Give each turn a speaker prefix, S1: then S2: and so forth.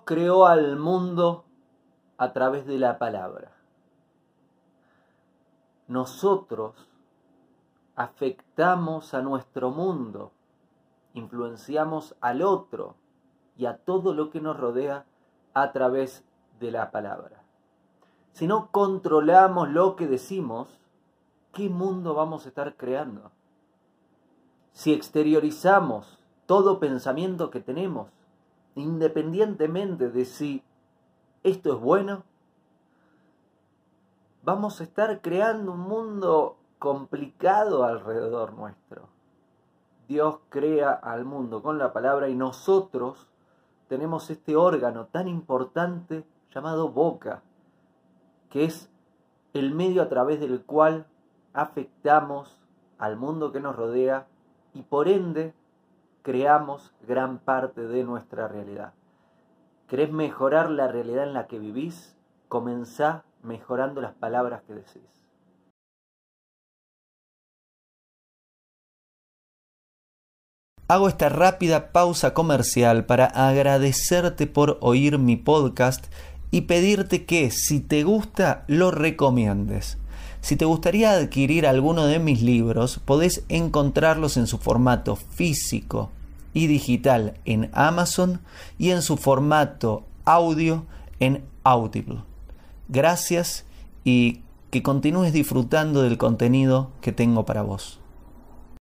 S1: creó al mundo a través de la palabra. Nosotros afectamos a nuestro mundo, influenciamos al otro y a todo lo que nos rodea a través de la palabra. Si no controlamos lo que decimos, ¿qué mundo vamos a estar creando? Si exteriorizamos todo pensamiento que tenemos, independientemente de si esto es bueno, vamos a estar creando un mundo complicado alrededor nuestro. Dios crea al mundo con la palabra y nosotros tenemos este órgano tan importante llamado boca, que es el medio a través del cual afectamos al mundo que nos rodea y por ende creamos gran parte de nuestra realidad. ¿Querés mejorar la realidad en la que vivís? Comenzá mejorando las palabras que decís.
S2: Hago esta rápida pausa comercial para agradecerte por oír mi podcast y pedirte que, si te gusta, lo recomiendes. Si te gustaría adquirir alguno de mis libros, podés encontrarlos en su formato físico y digital en Amazon y en su formato audio en Audible. Gracias y que continúes disfrutando del contenido que tengo para vos.